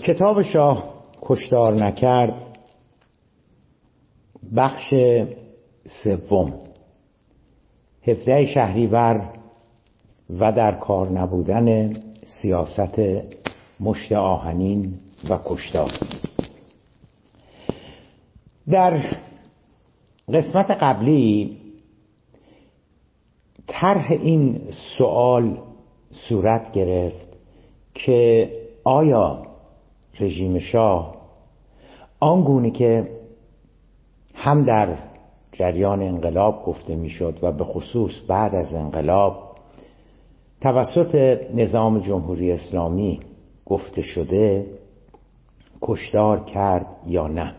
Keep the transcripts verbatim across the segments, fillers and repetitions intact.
کتاب شاه کشتار نکرد، بخش سوم، هفده شهریور و در کار نبودن سیاست مشت آهنین و کشتار. در قسمت قبلی طرح این سوال صورت گرفت که آیا رژیم شاه آنگونه که هم در جریان انقلاب گفته میشد و به خصوص بعد از انقلاب توسط نظام جمهوری اسلامی گفته شده کشتار کرد یا نه؟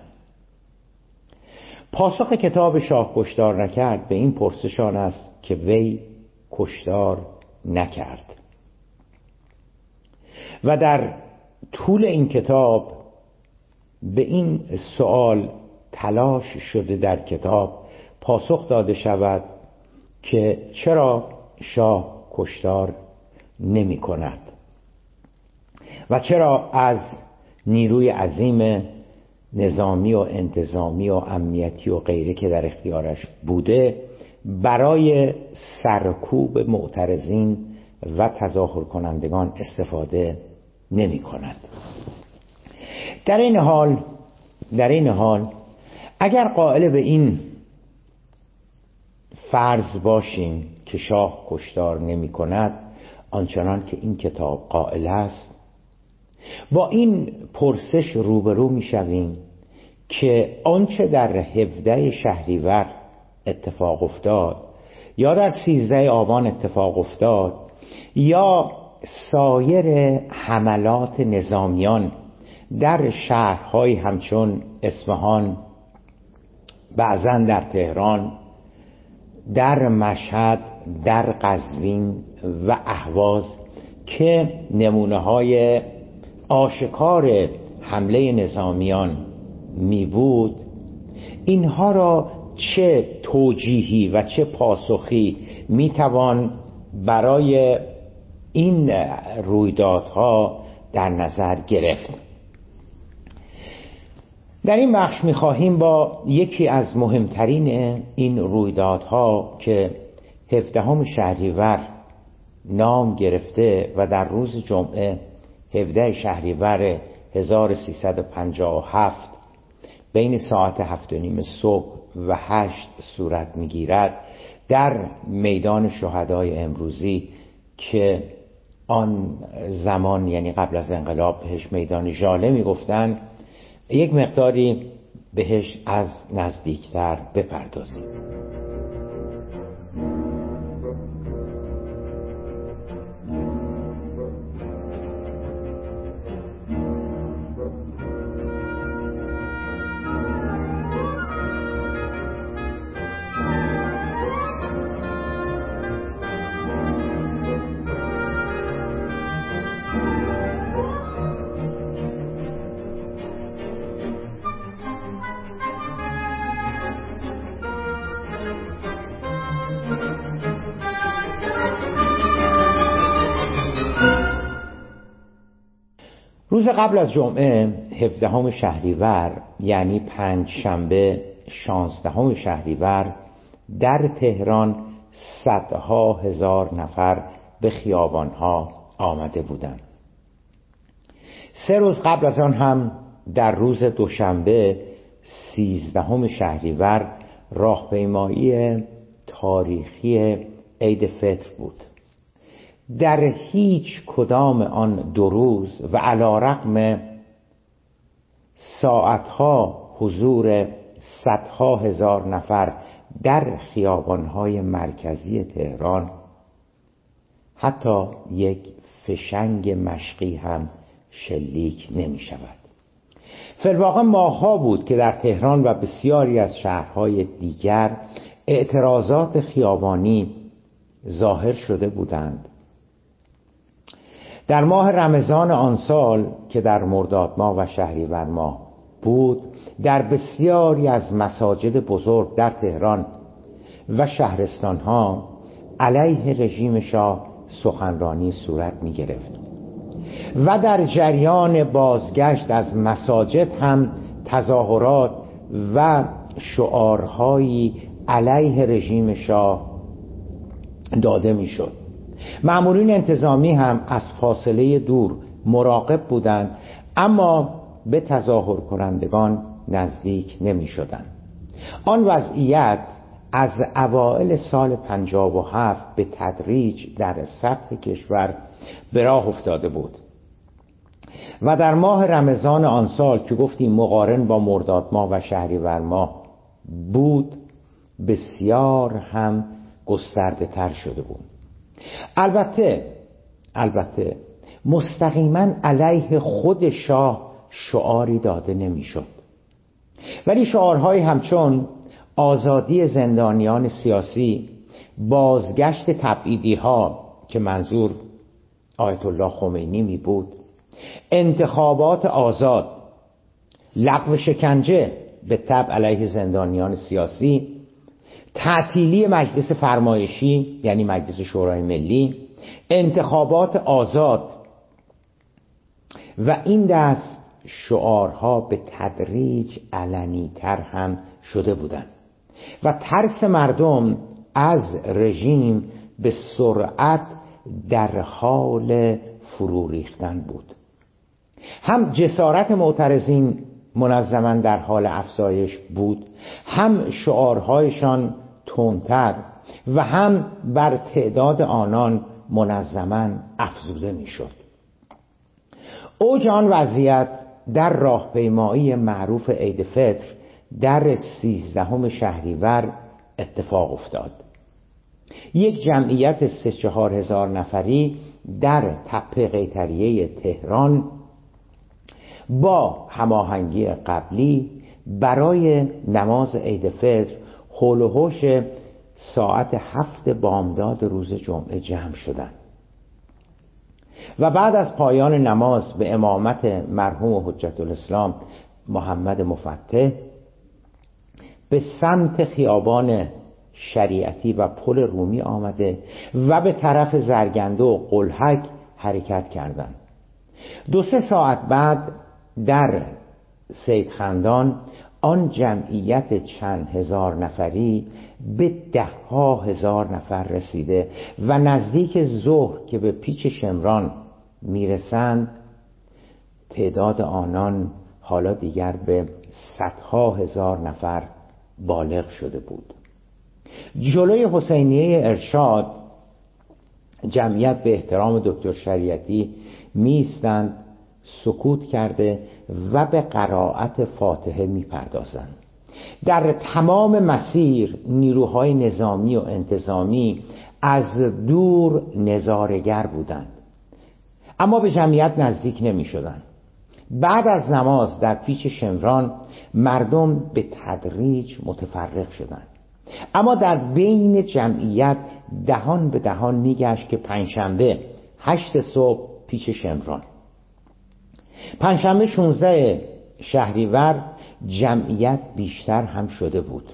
پاسخ کتاب شاه کشتار نکرد به این پرسشان است که وی کشتار نکرد و در طول این کتاب به این سوال تلاش شده در کتاب پاسخ داده شود که چرا شاه کشتار نمی کند و چرا از نیروی عظیم نظامی و انتظامی و امنیتی و غیره که در اختیارش بوده برای سرکوب معترضین و تظاهر کنندگان استفاده نمی کند. در این حال در این حال اگر قائل به این فرض باشیم که شاه کشتار نمی کند آنچنان که این کتاب قائل است، با این پرسش روبرو می شویم که آنچه در هفده شهریور اتفاق افتاد یا در سیزده آبان اتفاق افتاد یا سایر حملات نظامیان در شهرهای همچون اصفهان، بعضا در تهران، در مشهد، در قزوین و اهواز که نمونه های آشکار حمله نظامیان می بود، اینها را چه توجیهی و چه پاسخی می توان برای این رویدادها در نظر گرفت؟ در این بخش می خواهیم با یکی از مهمترین این رویدادها که هفدهم شهریور نام گرفته و در روز جمعه هفده شهریور هزار و سیصد و پنجاه و هفت بین ساعت هفت و نیم صبح و هشت صورت می گیرد در میدان شهدای امروزی که آن زمان یعنی قبل از انقلاب بهش میدان ژاله می گفتن، یک مقداری بهش از نزدیکتر بپردازیم. روز قبل از جمعه هفدهم شهریور یعنی پنج شنبه شانزدهم شهریور در تهران صدها هزار نفر به خیابانها آمده بودند. سه روز قبل از آن هم در روز دوشنبه سیزدهم شهریور راهپیمایی تاریخی عید فطر بود. در هیچ کدام آن دو روز و علی رغم ساعتها حضور صدها هزار نفر در خیابانهای مرکزی تهران حتی یک فشنگ مشقی هم شلیک نمی شود. فی‌الواقع ماه‌ها بود که در تهران و بسیاری از شهرهای دیگر اعتراضات خیابانی ظاهر شده بودند. در ماه رمضان آن سال که در مرداد ماه و شهریور ماه بود، در بسیاری از مساجد بزرگ در تهران و شهرستانها علیه رژیم شاه سخنرانی صورت می گرفت. و در جریان بازگشت از مساجد هم تظاهرات و شعارهایی علیه رژیم شاه داده میشد. مأمورین انتظامی هم از فاصله دور مراقب بودند، اما به تظاهر کنندگان نزدیک نمی شدند. آن وضعیت از اوائل سال پنجاه و هفت به تدریج در سطح کشور به راه افتاده بود و در ماه رمضان آن سال که گفتیم مقارن با مرداد ماه و شهریور ماه بود، بسیار هم گسترده تر شده بود. البته البته مستقیما علیه خود شاه شعاری داده نمیشد، ولی شعارهای همچون آزادی زندانیان سیاسی، بازگشت تبعیدی ها که منظور آیت الله خمینی می بود، انتخابات آزاد، لغو شکنجه به تبع علیه زندانیان سیاسی، تعطیلی مجلس فرمایشی یعنی مجلس شورای ملی، انتخابات آزاد و این دست شعارها به تدریج علنی تر هم شده بودند و ترس مردم از رژیم به سرعت در حال فرو ریختن بود. هم جسارت معترضین منظما در حال افزایش بود، هم شعارهایشان تندتر و هم بر تعداد آنان منظما افزوده میشد. اوج آن وضعیت در راهپیمایی معروف عید فطر در سیزدهم شهریور اتفاق افتاد. یک جمعیت سه چهار هزار نفری در تپه قیطریه تهران با هماهنگی قبلی برای نماز عید فطر حول و حوش ساعت هفت بامداد روز جمعه جمع شدند و بعد از پایان نماز به امامت مرحوم حجت الاسلام محمد مفتح به سمت خیابان شریعتی و پل رومی آمده و به طرف زرگنده و قلهک حرکت کردند. دو سه ساعت بعد در سیدخندان آن جمعیت چند هزار نفری به ده ها هزار نفر رسیده و نزدیک ظهر که به پیچ شمران میرسند تعداد آنان حالا دیگر به صدها هزار نفر بالغ شده بود. جلوی حسینیه ارشاد جمعیت به احترام دکتر شریعتی میستند، سکوت کرده و به قرائت فاتحه میپردازند. در تمام مسیر نیروهای نظامی و انتظامی از دور نظاره‌گر بودند، اما به جمعیت نزدیک نمی شدند. بعد از نماز در پیچ شمران مردم به تدریج متفرق شدند، اما در بین جمعیت دهان به دهان میگشت که پنجشنبه هشت صبح پیچ شمران، پنجشنبه شانزده شهریور جمعیت بیشتر هم شده بود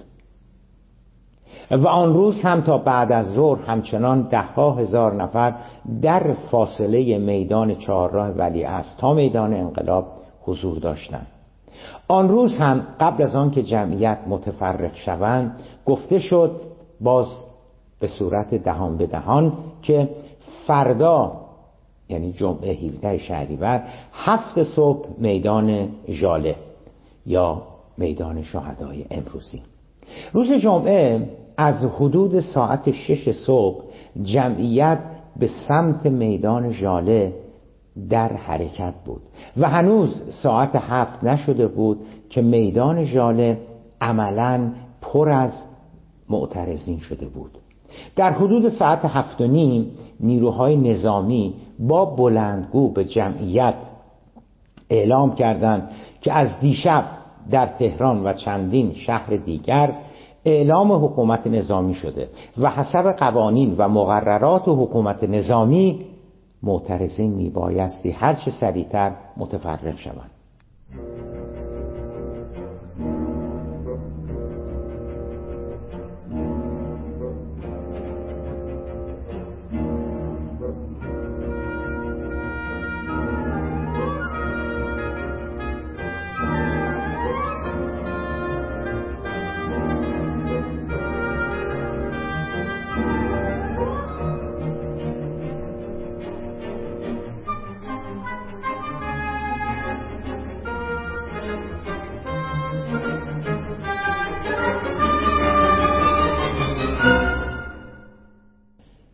و آن روز هم تا بعد از ظهر همچنان ده ها هزار نفر در فاصله میدان چهارراه ولیعصر تا میدان انقلاب حضور داشتند. آن روز هم قبل از آن که جمعیت متفرق شوند گفته شد باز به صورت دهان به دهان که فردا یعنی جمعه هفدهم شهریور هفت صبح میدان ژاله یا میدان شهدای امروزی. روز جمعه از حدود ساعت شش صبح جمعیت به سمت میدان ژاله در حرکت بود و هنوز ساعت هفت نشده بود که میدان ژاله عملاً پر از معترضین شده بود. در حدود ساعت هفت و نیم نیروهای نظامی با بلندگو به جمعیت اعلام کردند که از دیشب در تهران و چندین شهر دیگر اعلام حکومت نظامی شده و حسب قوانین و مقررات حکومت نظامی معترضین میبایستی هرچه سریعتر متفرق شوند.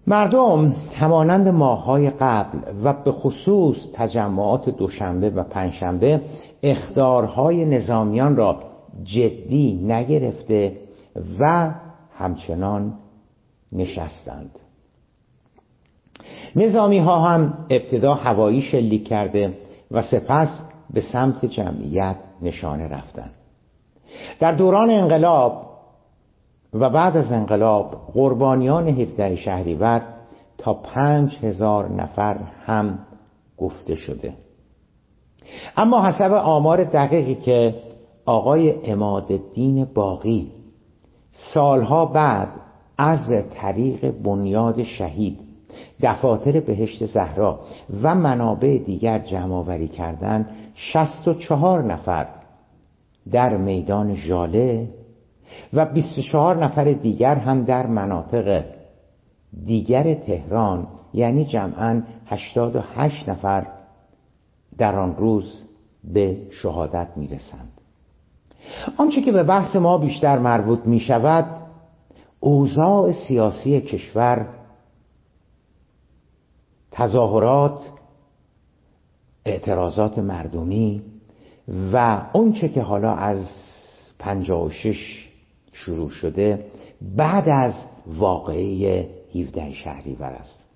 مردم همانند ماه‌های قبل و به خصوص تجمعات دوشنبه و پنجشنبه اخطارهای نظامیان را جدی نگرفته و همچنان نشستند. نظامی ها هم ابتدا هوایی شلیک کرده و سپس به سمت جمعیت نشانه رفتند. در دوران انقلاب و بعد از انقلاب قربانیان هفده شهریور تا پنج هزار نفر هم گفته شده. اما حسب آمار دقیقی که آقای عمادالدین باقی سالها بعد از طریق بنیاد شهید، دفاتر بهشت زهرا و منابع دیگر جمع‌آوری کردند، شصت و چهار نفر در میدان ژاله و بیست و چهار نفر دیگر هم در مناطق دیگر تهران، یعنی جمعاً هشتاد و هشت نفر در آن روز به شهادت میرسند. آنچه که به بحث ما بیشتر مربوط می شود اوضاع سیاسی کشور، تظاهرات، اعتراضات مردمی و آنچه که حالا از پنجاه و شش شروع شده بعد از واقعه هفده شهریور است.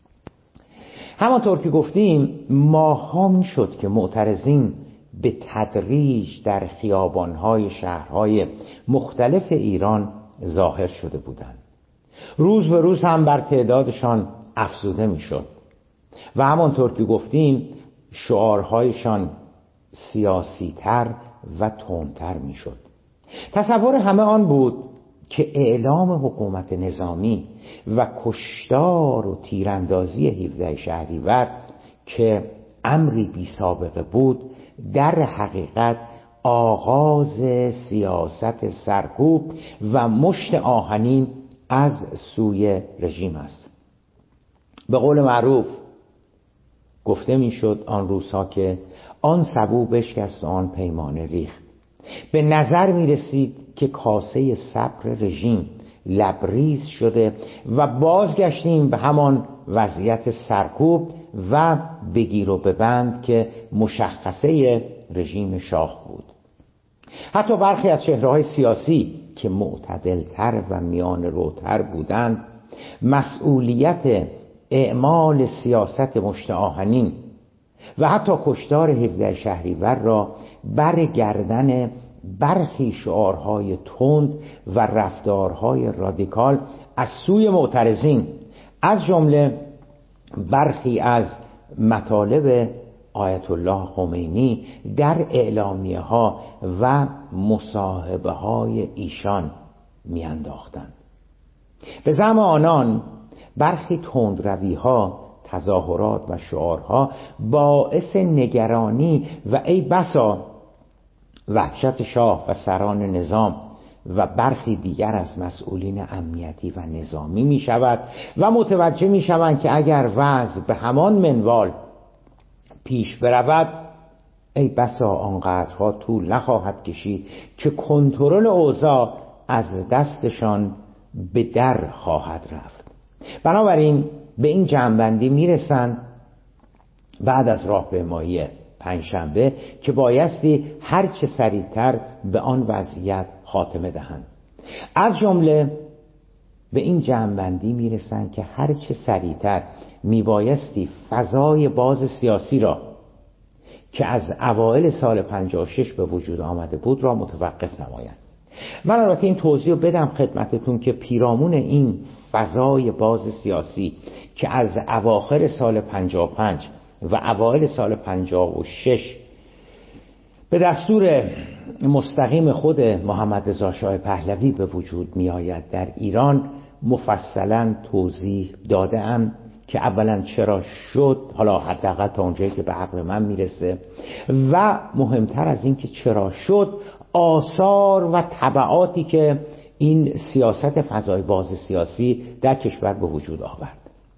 همانطور که گفتیم ماه‌ها می شد که معترضین به تدریج در خیابان‌های شهرهای مختلف ایران ظاهر شده بودند. روز به روز هم بر تعدادشان افزوده می‌شد و همانطور که گفتیم شعارهایشان سیاسی‌تر و تندتر می‌شد. تصور همه آن بود که اعلام حکومت نظامی و کشتار و تیراندازی هفده شهریور که امری بی سابقه بود در حقیقت آغاز سیاست سرکوب و مشت آهنین از سوی رژیم است. به قول معروف گفته میشد آن روزها که آن سبو بشکست و آن پیمانه ریخت. به نظر می رسید که کاسه صبر رژیم لبریز شده و بازگشتیم به همان وضعیت سرکوب و بگیر و ببند که مشخصه رژیم شاه بود. حتی برخی از چهره‌های سیاسی که معتدلتر و میان روتر بودند مسئولیت اعمال سیاست مشت آهنین و حتی کشتار هفده شهریور را بر گردن برخی شعارهای تند و رفتارهای رادیکال از سوی معترضین، از جمله برخی از مطالب آیت الله خمینی در اعلامیه ها و مصاحبه های ایشان میانداختند. به زعم آنان برخی تندروی ها، تظاهرات و شعارها باعث نگرانی و ای بسا وحشت شاه و سران نظام و برخی دیگر از مسئولین امنیتی و نظامی می شود و متوجه می شوند که اگر وضع به همان منوال پیش برود ای بسا آنقدرها طول نخواهد کشید که کنترل اوضاع از دستشان به در خواهد رفت. بنابراین به این جمع‌بندی میرسند بعد از راهپیمایی پنجشنبه که بایستی هر چه سریعتر به آن وضعیت خاتمه دهند. از جمله به این جمع‌بندی میرسند که هر چه سریعتر میبایستی فضای باز سیاسی را که از اوایل سال پنجاه و شش به وجود آمده بود را متوقف نمایند. من البته این توضیح رو بدم خدمتتون که پیرامون این فضای باز سیاسی که از اواخر سال پنجاه و پنج و اوایل سال پنجاه و شش به دستور مستقیم خود محمد رضا شاه پهلوی به وجود می آید در ایران مفصلا توضیح داده‌ام که اولا چرا شد، حالا حداقل تا اونجایی که به عقل من میرسه، و مهمتر از این که چرا شد آثار و تبعاتی که این سیاست فضای باز سیاسی در کشور به وجود آورد.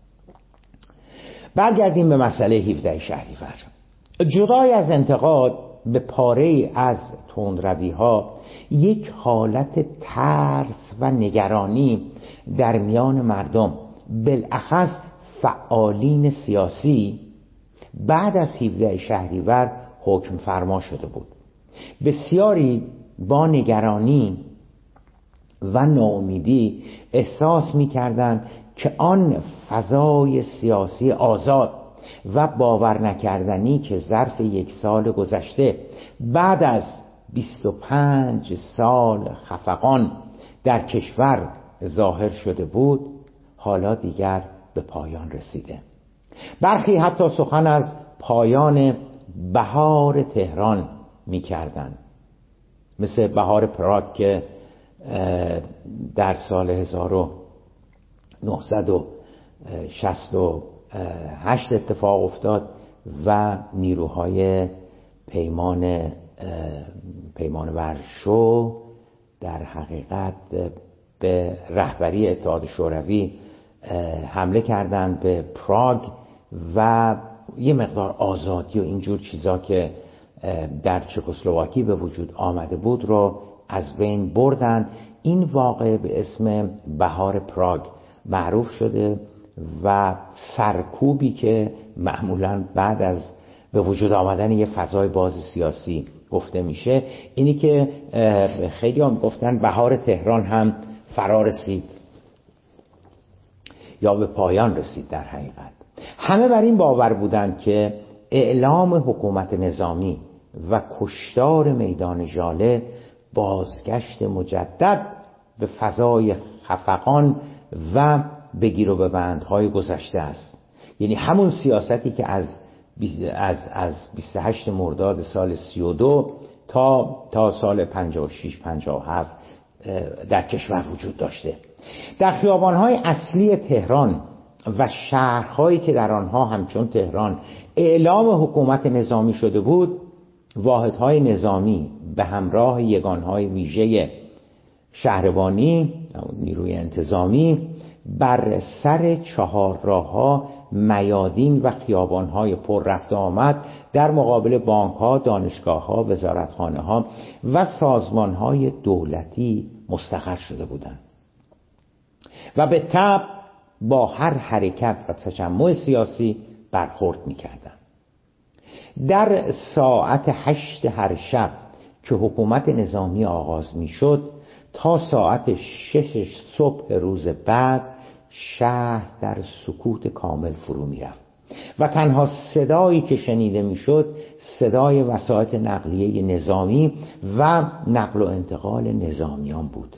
برگردیم به مسئله هفده شهریور. جدای از انتقاد به پاره از تندروی ها یک حالت ترس و نگرانی در میان مردم بالاخص فعالین سیاسی بعد از هفدهم شهریور حکم فرما شده بود. بسیاری با نگرانی و ناامیدی احساس می‌کردند که آن فضای سیاسی آزاد و باور نکردنی که ظرف یک سال گذشته بعد از بیست و پنج سال خفقان در کشور ظاهر شده بود حالا دیگر به پایان رسیده. برخی حتی سخن از پایان بهار تهران می‌کردند، مثل بهار پراگ که در سال هزار و نهصد و شصت و هشت اتفاق افتاد و نیروهای پیمان پیمان ورشو در حقیقت به رهبری اتحاد شوروی حمله کردند به پراگ و یه مقدار آزادی و اینجور چیزا که در چکسلواکی به وجود آمده بود رو از بین بردند. این واقعه به اسم بهار پراگ معروف شده و سرکوبی که معمولاً بعد از به وجود آمدن یه فضای باز سیاسی گفته میشه اینی که خیلی هم گفتن بهار تهران هم فرا رسید یا به پایان رسید. در حقیقت همه بر این باور بودند که اعلام حکومت نظامی و کشتار میدان ژاله بازگشت مجدد به فضای خفقان و بگیر و ببندهای گذشته است. یعنی همون سیاستی که از از از بیست و هشت مرداد سال سی و دو تا تا سال پنجاه و شش پنجاه و هفت در کشور وجود داشته. در خیابان‌های اصلی تهران و شهرهایی که در آنها همچون تهران اعلام حکومت نظامی شده بود، واحدهای نظامی به همراه یگانهای ویژه شهربانی نیروی انتظامی بر سر چهار راه‌ها، میادین و خیابان‌های پر رفت آمد در مقابل بانک‌ها، دانشگاه‌ها، وزارتخانه‌ها و سازمان‌های دولتی مستقر شده بودند و به طبع با هر حرکت و تجمع سیاسی برخورد می‌کردند. در ساعت هشت هر شب که حکومت نظامی آغاز می‌شد تا ساعت شش صبح روز بعد شهر در سکوت کامل فرو می‌رفت و تنها صدایی که شنیده می‌شد صدای وسایط نقلیه نظامی و نقل و انتقال نظامیان بود.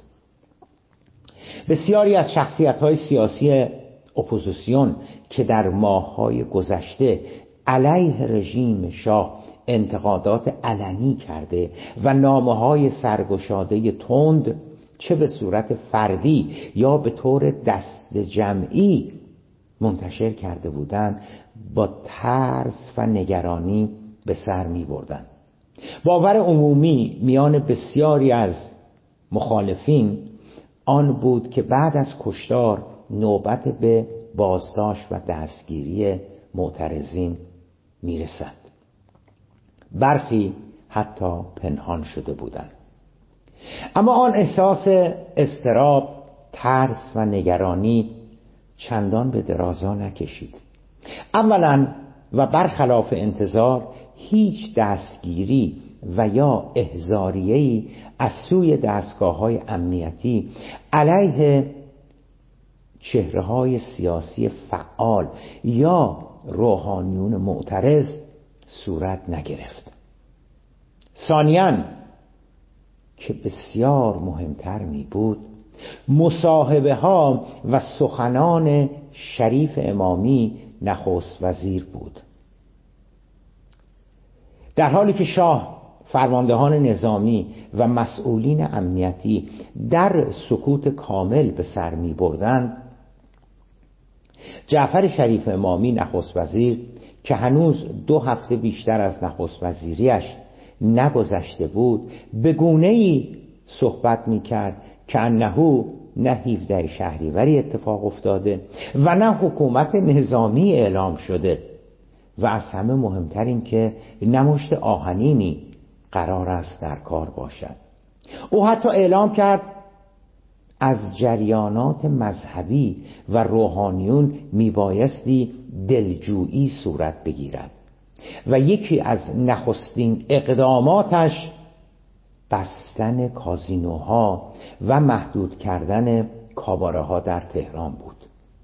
بسیاری از شخصیت‌های سیاسی اپوزیسیون که در ماه‌های گذشته علیه رژیم شاه انتقادات علنی کرده و نامه‌های سرگشاده تند چه به صورت فردی یا به طور دست جمعی منتشر کرده بودند، با ترس و نگرانی به سر می بردند. باور عمومی میان بسیاری از مخالفین آن بود که بعد از کشتار نوبت به بازداشت و دستگیری معترضین میرسد. برخی حتی پنهان شده بودند. اما آن احساس اضطراب، ترس و نگرانی چندان به درازا نکشید. اولا و برخلاف انتظار هیچ دستگیری و یا احضاریه‌ای از سوی دستگاه‌های امنیتی علیه چهره‌های سیاسی فعال یا روحانیون معترض صورت نگرفت. ثانیاً که بسیار مهمتر می بود، مصاحبه ها و سخنان شریف امامی نخست وزیر بود. در حالی که شاه، فرماندهان نظامی و مسئولین امنیتی در سکوت کامل به سر می بردند، جعفر شریف امامی نخست وزیر که هنوز دو هفته بیشتر از نخست وزیریش نگذشته بود، به گونه‌ای صحبت می‌کرد که انه نه هفدهم شهریوری اتفاق افتاده و نه حکومت نظامی اعلام شده و از همه مهمتر این که نه مشت آهنینی قرار است در کار باشد. او حتی اعلام کرد از جریانات مذهبی و روحانیون میبایستی دلجویی صورت بگیرد و یکی از نخستین اقداماتش بستن کازینوها و محدود کردن کاباره ها در تهران بود.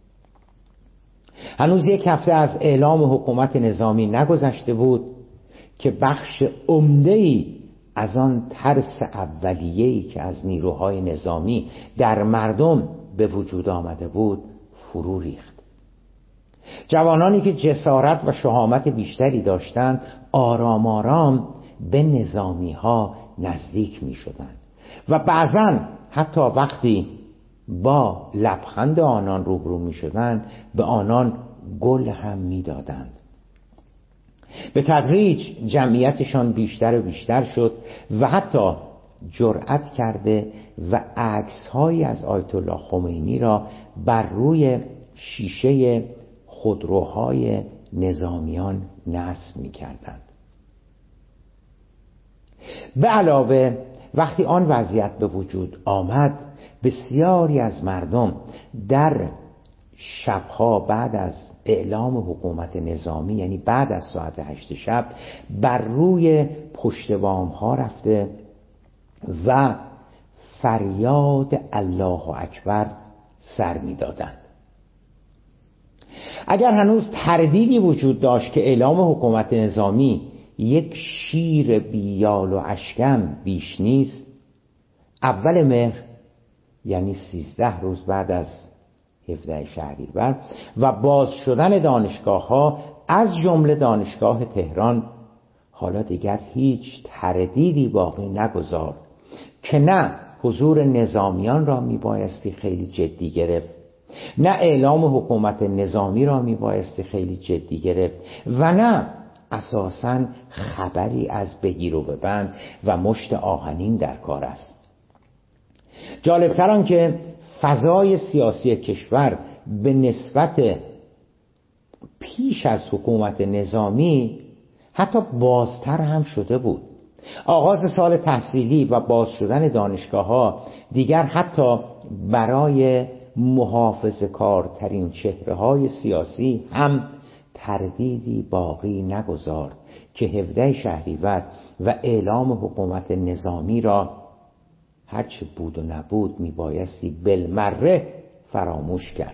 هنوز یک هفته از اعلام حکومت نظامی نگذشته بود که بخش عمده‌ای از آن ترس اولیه‌ای که از نیروهای نظامی در مردم به وجود آمده بود فرو ریخت. جوانانی که جسارت و شهامت بیشتری داشتند آرام آرام به نظامی ها نزدیک می شدند و بعضاً حتی وقتی با لبخند آنان روبرو می شدند به آنان گل هم می دادند. به تدریج جمعیتشان بیشتر و بیشتر شد و حتی جرأت کرده و عکس‌هایی از آیت الله خمینی را بر روی شیشه خودروهای نظامیان نصب می‌کردند. به علاوه وقتی آن وضعیت به وجود آمد بسیاری از مردم در شبها بعد از اعلام حکومت نظامی، یعنی بعد از ساعت هشت شب، بر روی پشت بام ها رفته و فریاد الله اکبر سر می دادند. اگر هنوز تردیدی وجود داشت که اعلام حکومت نظامی یک شیر بیال و اشکم بیش نیست، اول مهر یعنی سیزده روز بعد از هفدهم شهریور و باز شدن دانشگاه ها از جمله دانشگاه تهران حالا دیگر هیچ تردیدی باقی نگذارد که نه حضور نظامیان را میبایستی خیلی جدی گرفت، نه اعلام حکومت نظامی را میبایستی خیلی جدی گرفت و نه اساساً خبری از بگیر و ببند و مشت آهنین در کار است. جالبتر آن که فضای سیاسی کشور به نسبت پیش از حکومت نظامی حتی بازتر هم شده بود. آغاز سال تحصیلی و باز شدن دانشگاه ها دیگر حتی برای محافظه‌کارترین چهره های سیاسی هم تردیدی باقی نگذارد که هفدهم شهریور و اعلام حکومت نظامی را هرچه بود و نبود میبایستی بالمره فراموش کرد.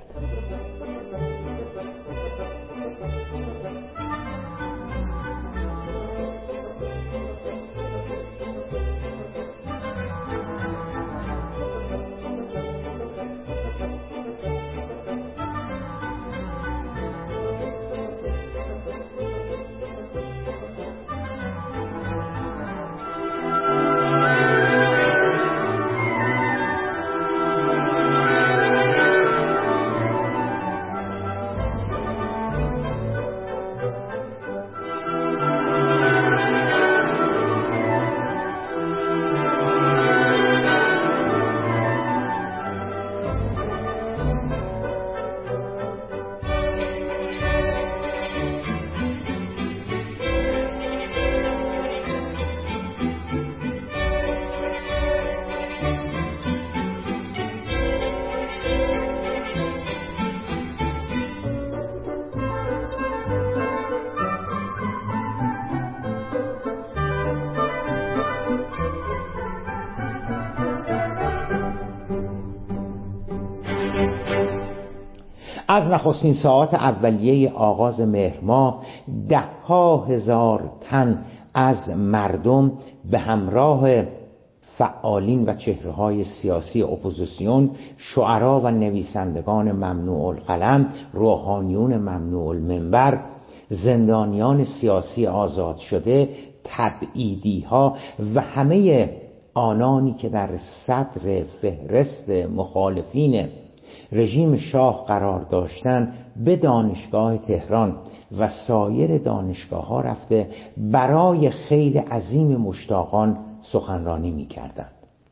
از نخستین ساعات اولیه آغاز مهر ماه ده ها هزار تن از مردم به همراه فعالین و چهره‌های سیاسی اپوزیسیون، شعرا و نویسندگان ممنوع القلم، روحانیون ممنوع المنبر، زندانیان سیاسی آزاد شده، تبعیدی ها و همه آنانی که در صدر فهرست مخالفین رژیم شاه قرار داشتند به دانشگاه تهران و سایر دانشگاه ها رفته برای خیل عظیم مشتاقان سخنرانی می کردند.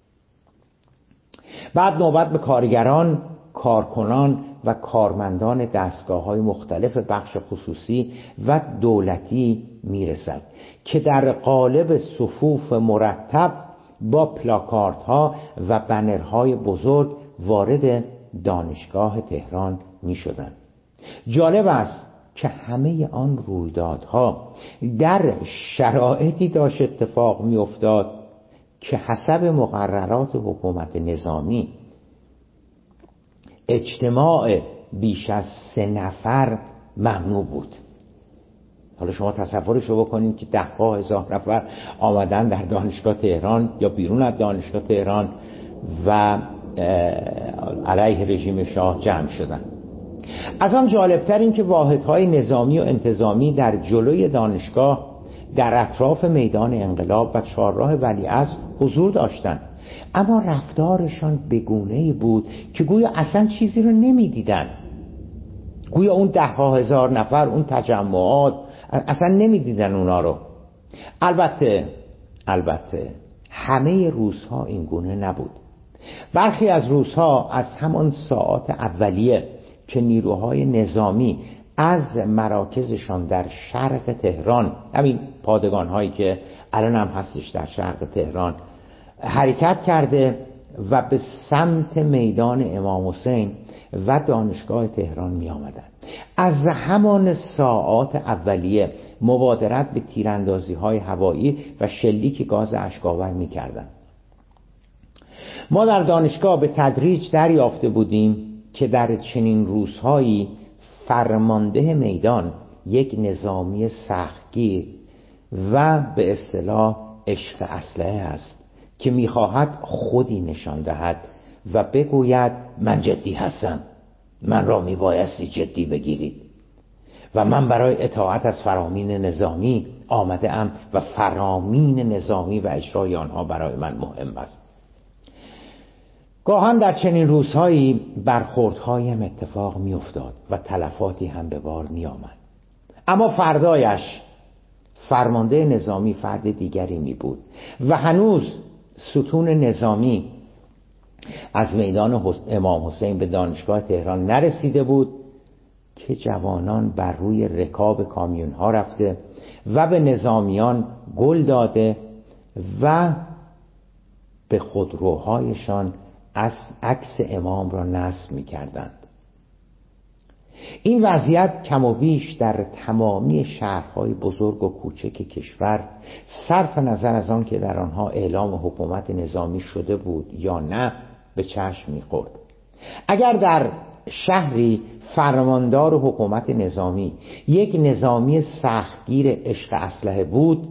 بعد نوبت به کارگران، کارکنان و کارمندان دستگاه های مختلف بخش خصوصی و دولتی می رسد که در قالب صفوف مرتب با پلاکاردها و بنرهای بزرگ وارد دانشگاه تهران می شدن. جالب است که همه آن رویدادها در شرایطی داشت اتفاق می افتاد که حسب مقررات حکومت نظامی اجتماع بیش از سه نفر ممنوع بود. حالا شما تصورشو بکنید که ده ها هزار نفر آمدن در دانشگاه تهران یا بیرون از دانشگاه تهران و علیه رژیم شاه جمع شدن. از آن جالبتر این که واحدهای نظامی و انتظامی در جلوی دانشگاه در اطراف میدان انقلاب و چهارراه ولیعصر حضور داشتند، اما رفتارشان بگونه‌ای بود که گویا اصلا چیزی رو نمی‌دیدن. گویا اون ده ها هزار نفر، اون تجمعات، اصلا نمی‌دیدن اونا رو. البته البته همه روزها این گونه نبود. برخی از روزها از همان ساعات اولیه که نیروهای نظامی از مراکزشان در شرق تهران، همین پادگان هایی که الان هم هستش در شرق تهران، حرکت کرده و به سمت میدان امام حسین و دانشگاه تهران می آمدن. از همان ساعات اولیه مبادرت به تیراندازی های هوایی و شلیک گاز اشک‌آور می کردن. ما در دانشگاه به تدریج دریافته بودیم که در چنین روزهایی فرمانده میدان یک نظامی سختگیر و به اصطلاح عشق اسلحه است که می‌خواهد خودی نشان دهد و بگوید من جدی هستم، من را میبایستی جدی بگیرید و من برای اطاعت از فرامین نظامی آمده ام و فرامین نظامی و اجرای آنها برای من مهم است. گاهن در چنین روزهایی برخوردهایی هم اتفاق می افتاد و تلفاتی هم به بار می آمد. اما فردایش فرمانده نظامی فرد دیگری می بود و هنوز ستون نظامی از میدان امام حسین به دانشگاه تهران نرسیده بود که جوانان بر روی رکاب کامیون ها رفته و به نظامیان گل داده و به خودروهایشان از عکس امام را نصب می کردند. این وضعیت کم و بیش در تمامی شهرهای بزرگ و کوچک کشور، صرف نظر از آن که در آنها اعلام حکومت نظامی شده بود یا نه، به چشم می خورد. اگر در شهری فرماندار حکومت نظامی یک نظامی سختگیر عشق اسلحه بود،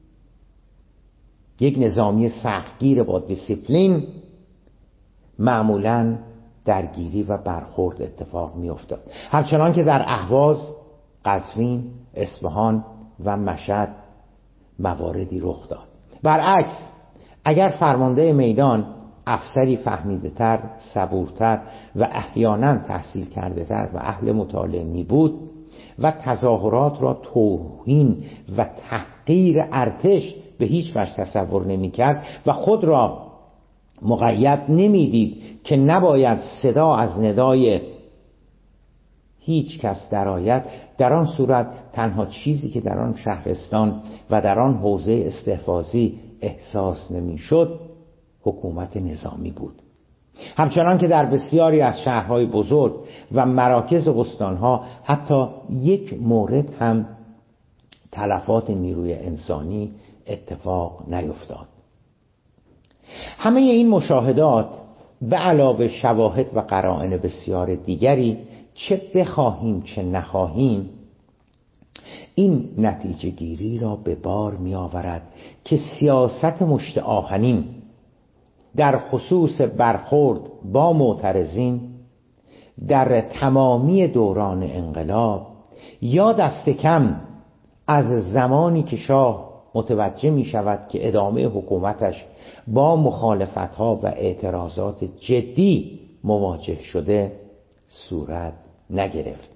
یک نظامی سختگیر با دیسیپلین، معمولاً درگیری و برخورد اتفاق می افتاد. همچنان که در اهواز، قزوین، اصفهان و مشهد مواردی رخ داد. برعکس اگر فرمانده میدان افسری فهمیده تر، صبورتر و احیانا تحصیل کرده تر و اهل مطالعه می بود و تظاهرات را توهین و تحقیر ارتش به هیچ وجه تصور نمی کرد و خود را مقید نمی دید که نباید صدا از ندای هیچ کس درآید، در آن صورت تنها چیزی که در آن شهرستان و در آن حوزه استحفاظی احساس نمی شد حکومت نظامی بود. همچنان که در بسیاری از شهرهای بزرگ و مراکز استانها حتی یک مورد هم تلفات نیروی انسانی اتفاق نیفتاد. همه این مشاهدات به علاوه شواهد و قرائن بسیار دیگری، چه بخواهیم چه نخواهیم، این نتیجه گیری را به بار می آورد که سیاست مشت آهنین در خصوص برخورد با معترضین در تمامی دوران انقلاب، یا دست کم از زمانی که شاه متوجه می شود که ادامه حکومتش با مخالفتها و اعتراضات جدی مواجه شده، صورت نگرفت.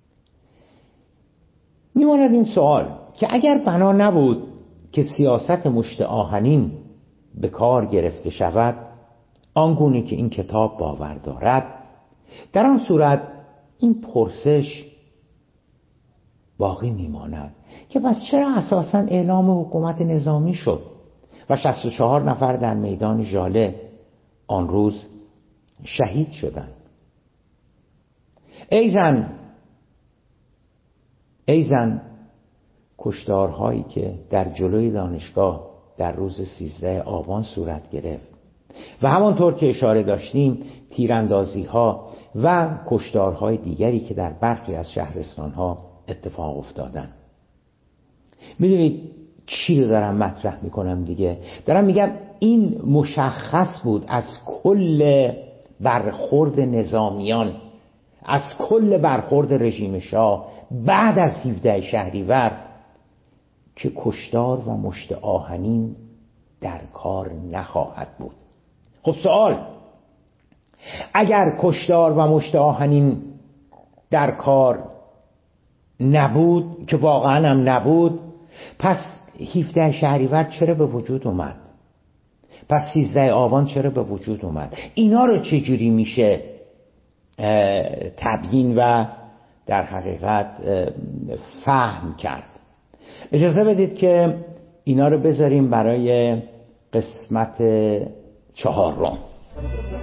میماند این سوال که اگر بنا نبود که سیاست مشت آهنین به کار گرفته شود آنگونه که این کتاب باور دارد، در آن صورت این پرسش باقی میماند که پس چرا اساساً اعلام حکومت نظامی شد و شصت و چهار نفر در میدان ژاله آن روز شهید شدن. ای زن ای زن کشتارهایی که در جلوی دانشگاه در روز سیزده آبان صورت گرفت و همانطور که اشاره داشتیم تیراندازی ها و کشتارهای دیگری که در برخی از شهرستان ها اتفاق افتادن. میدونید چی رو دارم مطرح میکنم دیگه؟ دارم میگم این مشخص بود از کل برخورد نظامیان، از کل برخورد رژیم شاه بعد از هفدهم شهریور که کشتار و مشت آهنین در کار نخواهد بود. خب سوال، اگر کشتار و مشت آهنین در کار نبود که واقعا هم نبود، پس هفدهم شهریور چرا به وجود اومد؟ پس سیزده آبان چرا به وجود اومد؟ اینا رو چجوری میشه تبیین و در حقیقت فهم کرد؟ اجازه بدید که اینا رو بذاریم برای قسمت چهارم.